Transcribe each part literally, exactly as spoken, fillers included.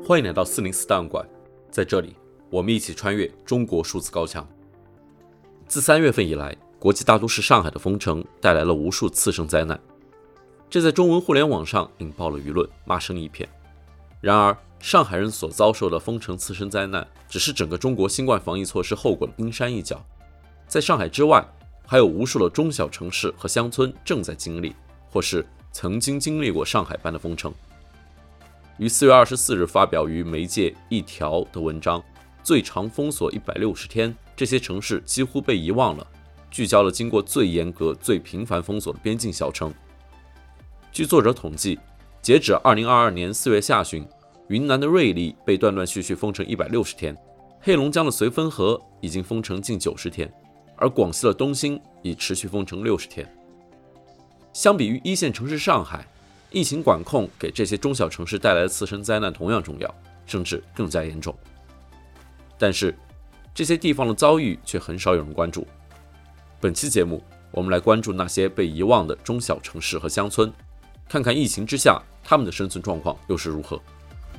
欢迎来到四零四档案馆，在这里，我们一起穿越中国数字高墙。自三月份以来，国际大都市上海的封城带来了无数次生灾难，这在中文互联网上引爆了舆论，骂声一片。然而，上海人所遭受的封城次生灾难，只是整个中国新冠防疫措施后果的冰山一角。在上海之外，还有无数的中小城市和乡村正在经历，或是曾经经历过上海般的封城。于四月二十四日发表于媒介一条的文章，最长封锁一百六十天，这些城市几乎被遗忘了，聚焦了经过最严格、最频繁封锁的边境小城。据作者统计，截止二零二二年四月下旬，云南的瑞丽被断断续续封城一百六十天，黑龙江的绥芬河已经封城近九十天，而广西的东兴已持续封城六十天。相比于一线城市上海，疫情管控给这些中小城市带来的次生灾难同样重要，甚至更加严重。但是，这些地方的遭遇却很少有人关注。本期节目，我们来关注那些被遗忘的中小城市和乡村，看看疫情之下他们的生存状况又是如何。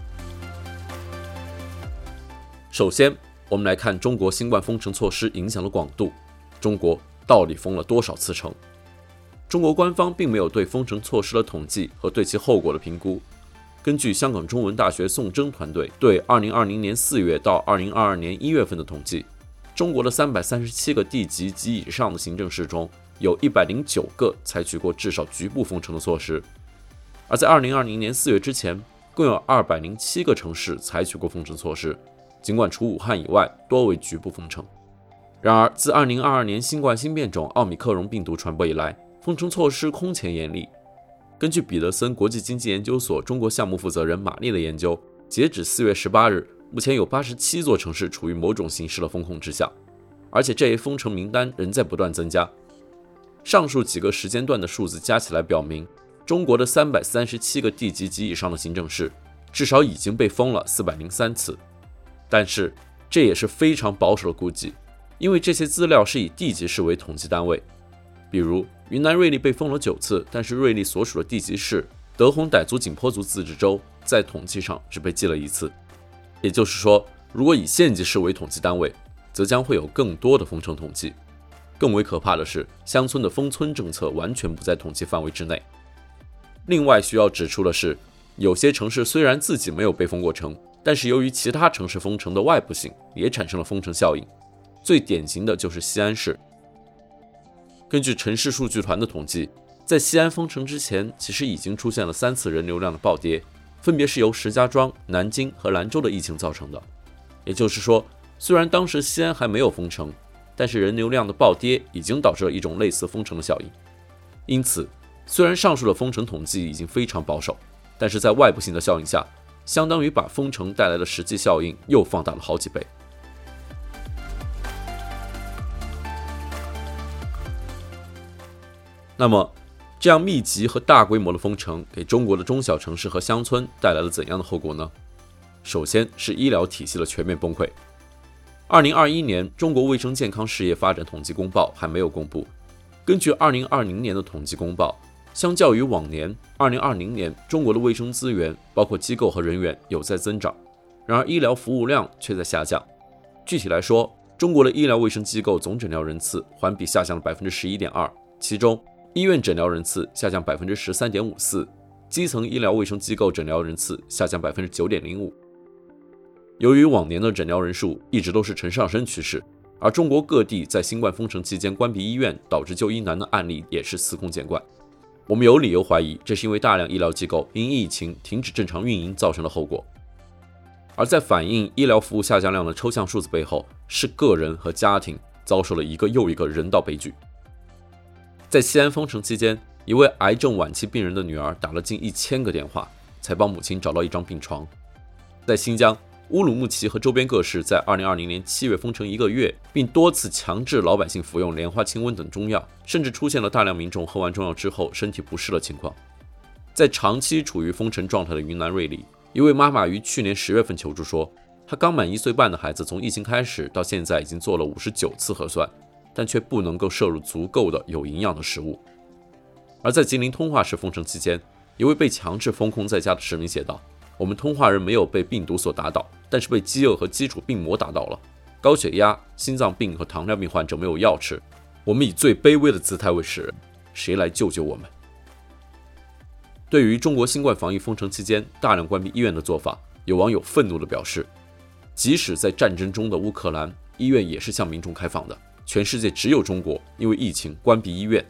首先，我们来看中国新冠封城措施影响的广度，中国到底封了多少次城？中国官方并没有对封城措施的统计和对其后果的评估。根据香港中文大学宋征团队对二零二零年四月到二零二二年一月份的统计，中国的三百三十七个地级及以上的行政市中，有一百零九个采取过至少局部封城的措施。而在二零二零年四月之前，共有二百零七个城市采取过封城措施，尽管除武汉以外多为局部封城。然而，自二零二二年新冠新变种奥密克戎病毒传播以来，封城措施空前严厉。根据彼得森国际经济研究所中国项目负责人马丽的研究，截止四月十八日，目前有八十七座城市处于某种形式的封控之下，而且这一封城名单仍在不断增加。上述几个时间段的数字加起来表明，中国的三百三十七个地级及以上的行政市，至少已经被封了四百零三次。但是，这也是非常保守的估计，因为这些资料是以地级市为统计单位。比如，云南瑞丽被封了九次，但是瑞丽所属的地级市德宏傣族景颇族自治州在统计上只被记了一次。也就是说，如果以县级市为统计单位，则将会有更多的封城统计。更为可怕的是，乡村的封村政策完全不在统计范围之内。另外需要指出的是，有些城市虽然自己没有被封过城，但是由于其他城市封城的外部性，也产生了封城效应。最典型的就是西安市。根据城市数据团的统计，在西安封城之前，其实已经出现了三次人流量的暴跌，分别是由石家庄、南京和兰州的疫情造成的。也就是说，虽然当时西安还没有封城，但是人流量的暴跌已经导致了一种类似封城的效应。因此，虽然上述的封城统计已经非常保守，但是在外部性的效应下，相当于把封城带来的实际效应又放大了好几倍。那么，这样密集和大规模的封城给中国的中小城市和乡村带来了怎样的后果呢？首先是医疗体系的全面崩溃。二零二一年中国卫生健康事业发展统计公报还没有公布。根据二零二零年的统计公报，相较于往年，二零二零年中国的卫生资源，包括机构和人员有在增长，然而医疗服务量却在下降。具体来说，中国的医疗卫生机构总诊疗人次环比下降了 百分之十一点二， 其中医院诊疗人次下降 百分之十三点五四， 基层医疗卫生机构诊疗人次下降 百分之九点零五。 由于往年的诊疗人数一直都是呈上升趋势，而中国各地在新冠封城期间关闭医院导致就医难的案例也是司空见惯。我们有理由怀疑，这是因为大量医疗机构因疫情停止正常运营造成的后果。而在反映医疗服务下降量的抽象数字背后，是个人和家庭遭受了一个又一个人道悲剧。在西安封城期间，一位癌症晚期病人的女儿打了近一千个电话，才帮母亲找到一张病床。在新疆，乌鲁木齐和周边各市在二零二零年七月封城一个月，并多次强制老百姓服用莲花清瘟等中药，甚至出现了大量民众喝完中药之后身体不适的情况。在长期处于封城状态的云南瑞丽，一位妈妈于去年十月份求助说，她刚满一岁半的孩子从疫情开始到现在已经做了五十九次核酸，但却不能够摄入足够的有营养的食物。而在吉林通化市封城期间，一位被强制封控在家的市民写道， 我们通化人没有被病毒所打倒，但是被饥饿和基础病魔打倒了。高血压、心脏病和糖尿病患者没有药吃，我们以最卑微的姿态为世人，谁来救救我们？对于中国新冠防疫封城期间大量关闭医院的做法，有网友愤怒地表示，即使在战争中的乌克兰，医院也是向民众开放的，全世界只有中国因为疫情关闭医院。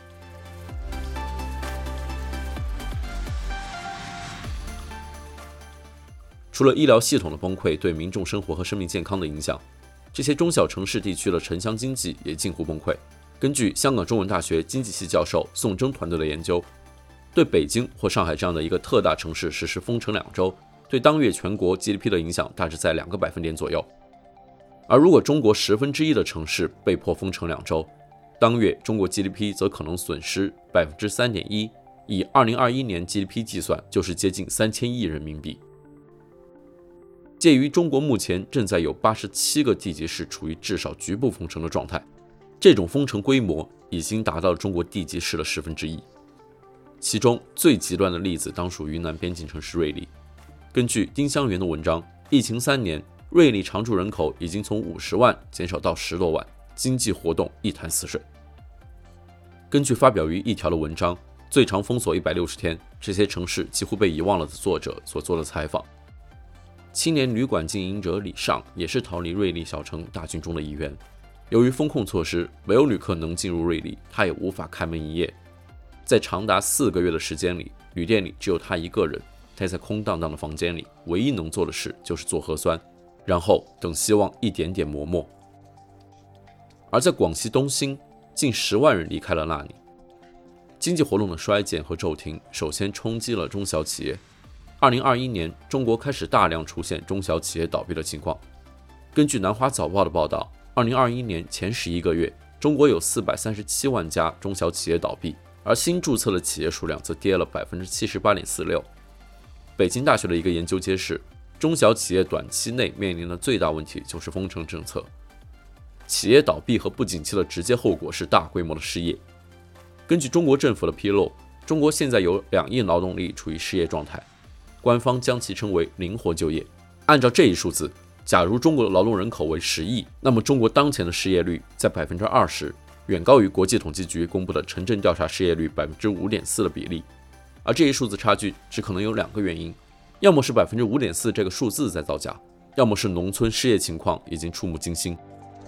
除了医疗系统的崩溃对民众生活和生命健康的影响，这些中小城市地区的城乡经济也近乎崩溃。根据香港中文大学经济系教授宋征团队的研究，对北京或上海这样的一个特大城市实施封城两周，对当月全国 G D P 的影响大致在两个百分点左右。而如果中国十分之一的城市被迫封城两周，当月中国 G D P 则可能损失 百分之三点一， 以二零二一年 G D P 计算，就是接近三千亿人民币。介于中国目前正在有八十七个地级市处于至少局部封城的状态，这种封城规模已经达到了中国地级市的十分之一。其中最极端的例子当属云南边境城市瑞丽。根据丁香园的文章，疫情三年，瑞丽常住人口已经从五十万减少到十多万，经济活动一潭死水。根据发表于一条的文章《最长封锁一百六十天，这些城市几乎被遗忘了》的作者所做的采访，青年旅馆经营者李尚也是逃离瑞丽小城大军中的一员。由于封控措施，没有旅客能进入瑞丽，他也无法开门营业。在长达四个月的时间里，旅店里只有他一个人，待在空荡荡的房间里，唯一能做的事就是做核酸，然后等希望一点点磨没。而在广西东兴，近十万人离开了那里。经济活动的衰减和骤停，首先冲击了中小企业。二零二一年，中国开始大量出现中小企业倒闭的情况。根据南华早报的报道，二零二一年前十一个月，中国有四百三十七万家中小企业倒闭，而新注册的企业数量则跌了 百分之七十八点四六。北京大学的一个研究揭示，中小企业短期内面临的最大问题就是封城政策。企业倒闭和不景气的直接后果是大规模的失业。根据中国政府的披露，中国现在有两亿劳动力处于失业状态，官方将其称为灵活就业。按照这一数字，假如中国的劳动人口为十亿，那么中国当前的失业率在 百分之二十， 远高于国际统计局公布的城镇调查失业率 百分之五点四 的比例。而这一数字差距只可能有两个原因，要么是 百分之五点四 这个数字在造假，要么是农村失业情况已经触目惊心。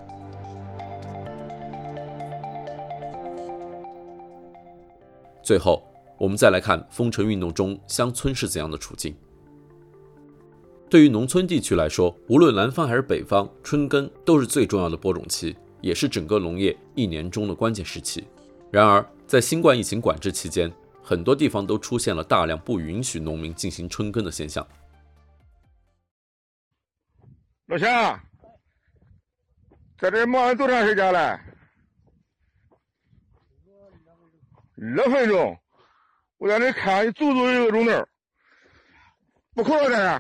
最后，我们再来看封城运动中乡村是怎样的处境。对于农村地区来说，无论南方还是北方，春耕都是最重要的播种期，也是整个农业一年中的关键时期。然而，在新冠疫情管制期间，很多地方都出现了大量不允许农民进行春耕的现象。 老乡，在这忙了多长时间了？二分钟。我在那看，足足有一个钟头，不扣了的。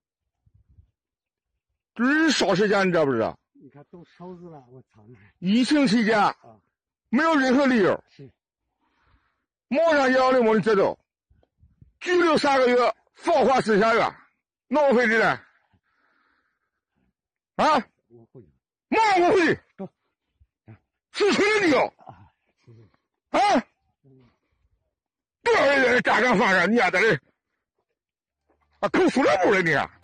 这是啥时间，你知道不知道？ 你看都烧死了，我操！ 疫情期间，啊、没有任何理由，是马上要的我们知道，拘留三个月，放话四下月，哪我回去了？啊？我回去。马我回去。走。是谁的理由？啊？多少人在这扎岗放上，你还在这啊抠塑料布了你啊！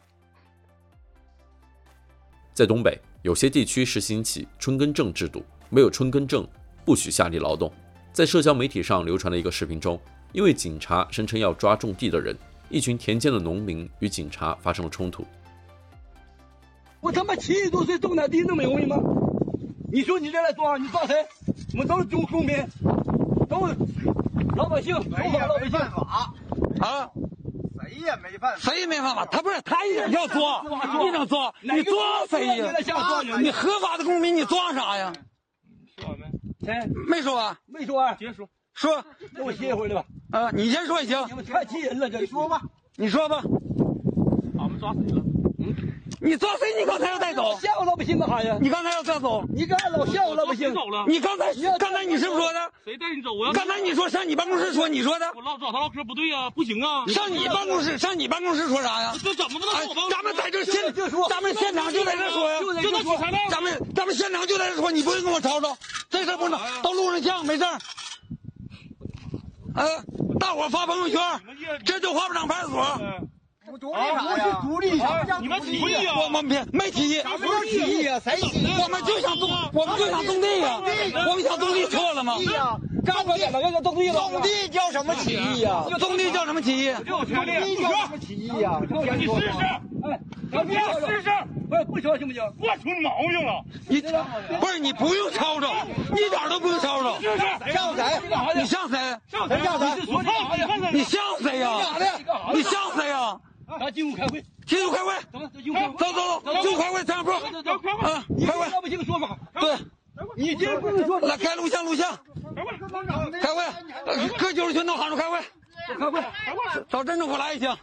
在东北，有些地区实行起春耕证制度，没有春耕证不许下地劳动。在社交媒体上流传的一个视频中，因为警察声称要抓种地的人，一群田间的农民与警察发生了冲突。 我他妈七十多岁种点地能没用吗？你说你这来抓，你抓谁？我们都是种农民，都是老百姓，守法老百姓啊！ 谁也没办法， 谁也没办法，他不是他也要抓，你能抓？你抓谁呀？你合法的公民，你抓啥呀？ 说完没？ 谁没说完？ 没说完， 接着说。 说， 那我歇一会儿去吧。 啊，你先说也行。 你们太气人了，这你说吧， 你说吧。 俺们抓谁了？ 嗯， 你抓谁？你刚才要带走？吓唬老百姓干啥呀？你刚才要抓走？你干啥老吓唬老百姓？你刚才刚才你是不是说的？ 谁带你走啊？ 刚才你说上你办公室说你说的。 我唠找他唠嗑不对呀，不行啊！ 上你办公室上你办公室说啥呀？ 这怎么不能哎，咱们在这现咱们现场就在这说呀， 就在说咱们咱们现场就在这说，你不用跟我吵吵，这事不能到路上犟，没事儿。呃，大伙发朋友圈，这就花不长派出所。 独立啥呀？独立啥？你们提议呀？ 我们没没提议。 什么叫提议呀？谁提议？ 我们就想动，我们就想动地呀。我们想动地错了吗？ 干不了了，要动地了。动地叫什么起义呀？ 动地叫什么起义？ 动地叫什么起义呀？你试试，哎，你试试，不不敲行不行？我出毛病了。 你不是你不用吵吵，一点都不用吵吵。 像谁？ 你像谁？ 像谁？像谁？我操！ 你像谁呀？你像谁呀？ 咱进屋开会， 进屋开会，走走走，进屋开会，三步，啊，开会， 老百姓说法， 对， 你今儿不能说， 来开录像，录像，开会，各九十群都喊着开会，开会，找镇政府来一下。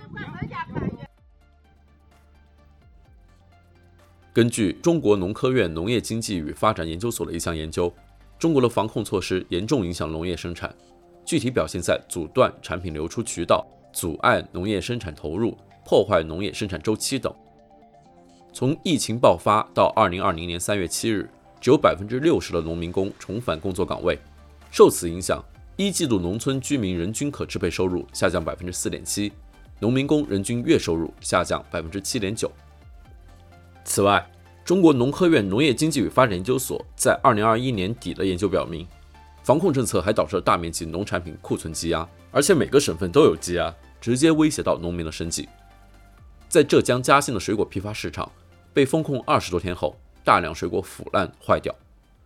根据中国农科院农业经济与发展研究所的一项研究，中国的防控措施严重影响农业生产，具体表现在阻断产品流出渠道、阻碍农业生产投入、破坏农业生产周期等。从疫情爆发到二零二零年三月七日，只有 百分之六十 的农民工重返工作岗位。受此影响，一季度农村居民人均可支配收入下降 百分之四点七， 农民工人均月收入下降 百分之七点九。此外，中国农科院农业经济与发展研究所在二零二一年底的研究表明，防控政策还导致了大面积农产品库存积压，而且每个省份都有积压，直接威胁到农民的生计。在浙江嘉兴的水果批发市场，被封控二十多天后，大量水果腐烂坏掉。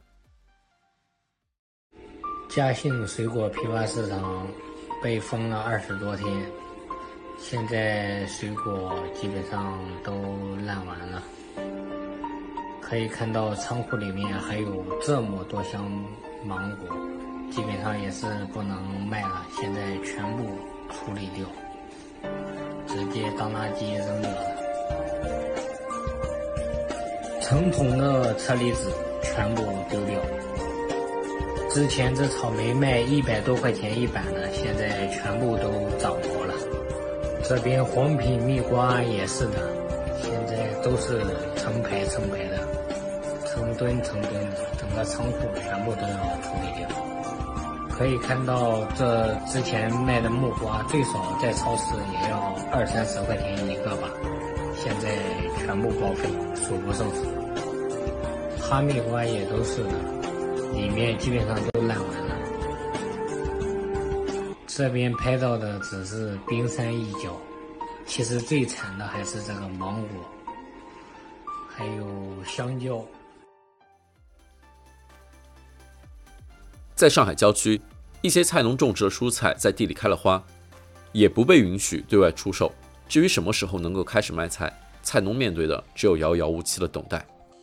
嘉兴水果批发市场被封了二十多天，现在水果基本上都烂完了。可以看到仓库里面还有这么多箱芒果，基本上也是不能卖了，现在全部处理掉，直接当垃圾扔掉了。成桶的车厘子全部丢掉。之前这草莓卖一百多块钱一板的，现在全部都涨活了。这边黄品蜜瓜也是的，现在都是成排成排的，成吨成吨的，整个仓库全部都要处理掉。可以看到这之前卖的木瓜最少在超市也要二三十块钱一个吧，现在全部报废，数不胜数。哈密瓜也都是的，里面基本上都烂完了。这边拍到的只是冰山一角，其实最惨的还是这个芒果，还有香蕉。 在上海郊区，一些菜农种植的蔬菜在地里开了花，也不被允许对外出售。至于什么时候能够开始卖菜，菜农面对的只有遥遥无期的等待。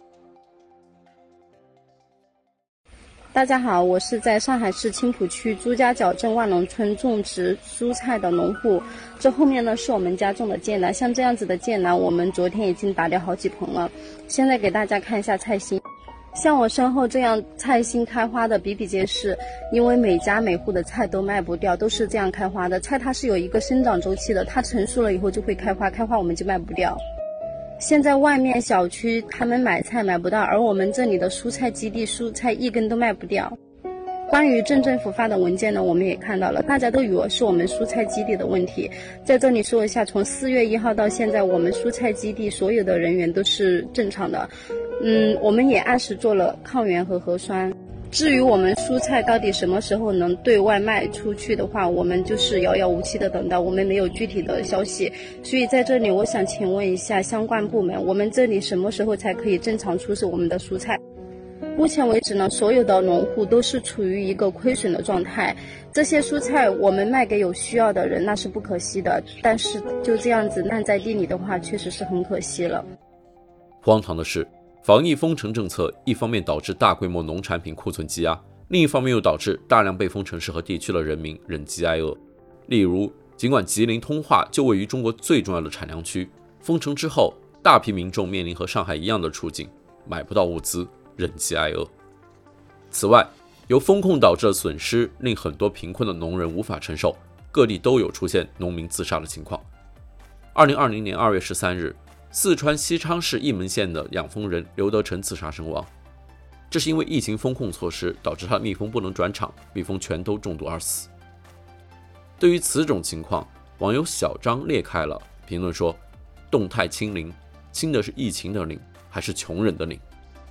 大家好，我是在上海市青浦区朱家角镇万隆村种植蔬菜的农户。这后面呢是我们家种的芥蓝，像这样子的芥蓝，我们昨天已经打掉好几盆了。现在给大家看一下菜心，像我身后这样菜心开花的比比皆是，因为每家每户的菜都卖不掉，都是这样开花的。菜它是有一个生长周期的，它成熟了以后就会开花，开花我们就卖不掉。现在外面小区他们买菜买不到，而我们这里的蔬菜基地蔬菜一根都卖不掉。关于镇政府发的文件呢，我们也看到了，大家都以为是我们蔬菜基地的问题。在这里说一下，从四月一号到现在，我们蔬菜基地所有的人员都是正常的。嗯，我们也按时做了抗原和核酸。至于我们蔬菜到底什么时候能对外卖出去的话，我们就是遥遥无期的等待，我们没有具体的消息。所以在这里我想请问一下相关部门，我们这里什么时候才可以正常出售我们的蔬菜？目前为止呢，所有的农户都是处于一个亏损的状态。这些蔬菜我们卖给有需要的人，那是不可惜的，但是就这样子烂在地里的话，确实是很可惜了。 荒唐的是，防疫封城政策一方面导致大规模农产品库存积压，另一方面又导致大量被封城市和地区的人民忍饥挨饿。例如，尽管吉林通化就位于中国最重要的产粮区，封城之后， 大批民众面临和上海一样的处境，买不到物资，忍饥挨饿。此外，由风控导致的损失令很多贫困的农人无法承受，各地都有出现农民自杀的情况。二零二零年二月十三日，四川西昌市义门县的养蜂人刘德成自杀身亡，这是因为疫情风控措施导致他的蜜蜂不能转场，蜜蜂全都中毒而死。对于此种情况，网友小张裂开了评论说：“动态清零，清的是疫情的零，还是穷人的零？”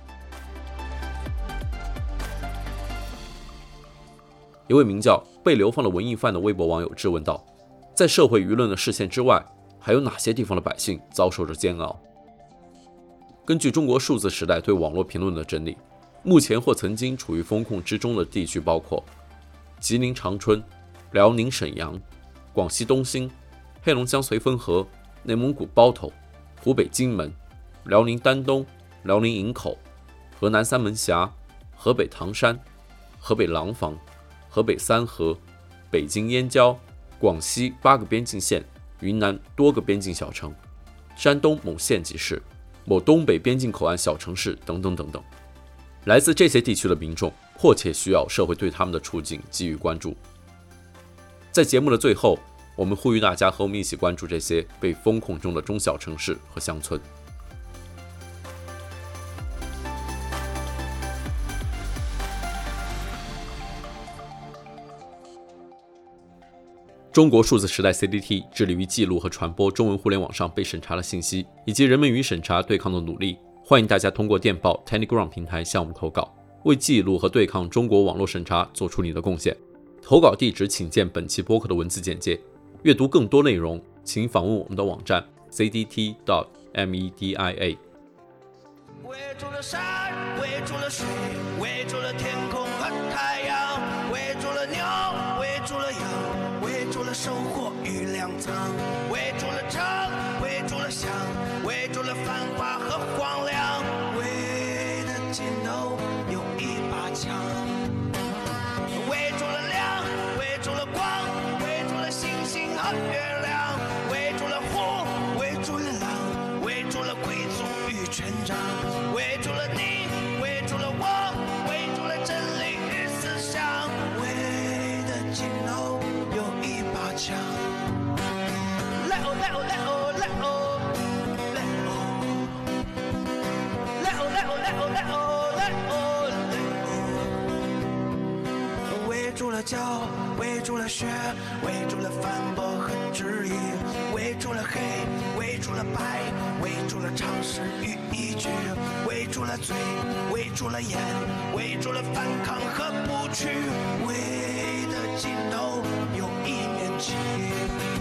一位名叫被流放的文艺犯的微博网友质问道：“在社会舆论的视线之外，还有哪些地方的百姓遭受着煎熬？”根据中国数字时代对网络评论的整理，目前或曾经处于风控之中的地区包括吉林长春、辽宁沈阳、广西东兴、黑龙江绥芬河、内蒙古包头、湖北荆门、辽宁丹东、辽宁营口、河南三门峡、河北唐山、河北廊坊、河北三河、北京燕郊、广西八个边境县、云南多个边境小城、山东某县级市、某东北边境口岸小城市等等等等。来自这些地区的民众迫切需要社会对他们的处境给予关注。在节目的最后，我们呼吁大家和我们一起关注这些被封控中的中小城市和乡村。中国数字时代 C D T 致力于记录和传播中文互联网上被审查的信息，以及人们与审查对抗的努力。欢迎大家通过电报 Telegram 平台向我们投稿，为记录和对抗中国网络审查做出你的贡献。投稿地址请见本期播客的文字简介。阅读更多内容，请访问我们的网站 c d t dot media。 围住了山，围住了水，围住了天空和太阳，围住了牛，围住了羊，围住了收获与粮仓，围住了城，围住了乡，围住了繁华和荒凉，围的尽头有一把枪，围住了亮，围住了光，围住了星星和月亮，围住了虎，围住了狼，围住了贵族与权杖，围住了你，围住了我，围住了真理与思想，围的尽头有一把枪。来哦来哦来哦来哦来哦来哦来哦来哦来哦来哦来哦，围住了骄傲，围住了血，围住了反驳和质疑，围住了黑，围住了白，围住了常识与依据，围住了嘴，围住了眼，围住了反抗和不屈，围的尽头有一面旗。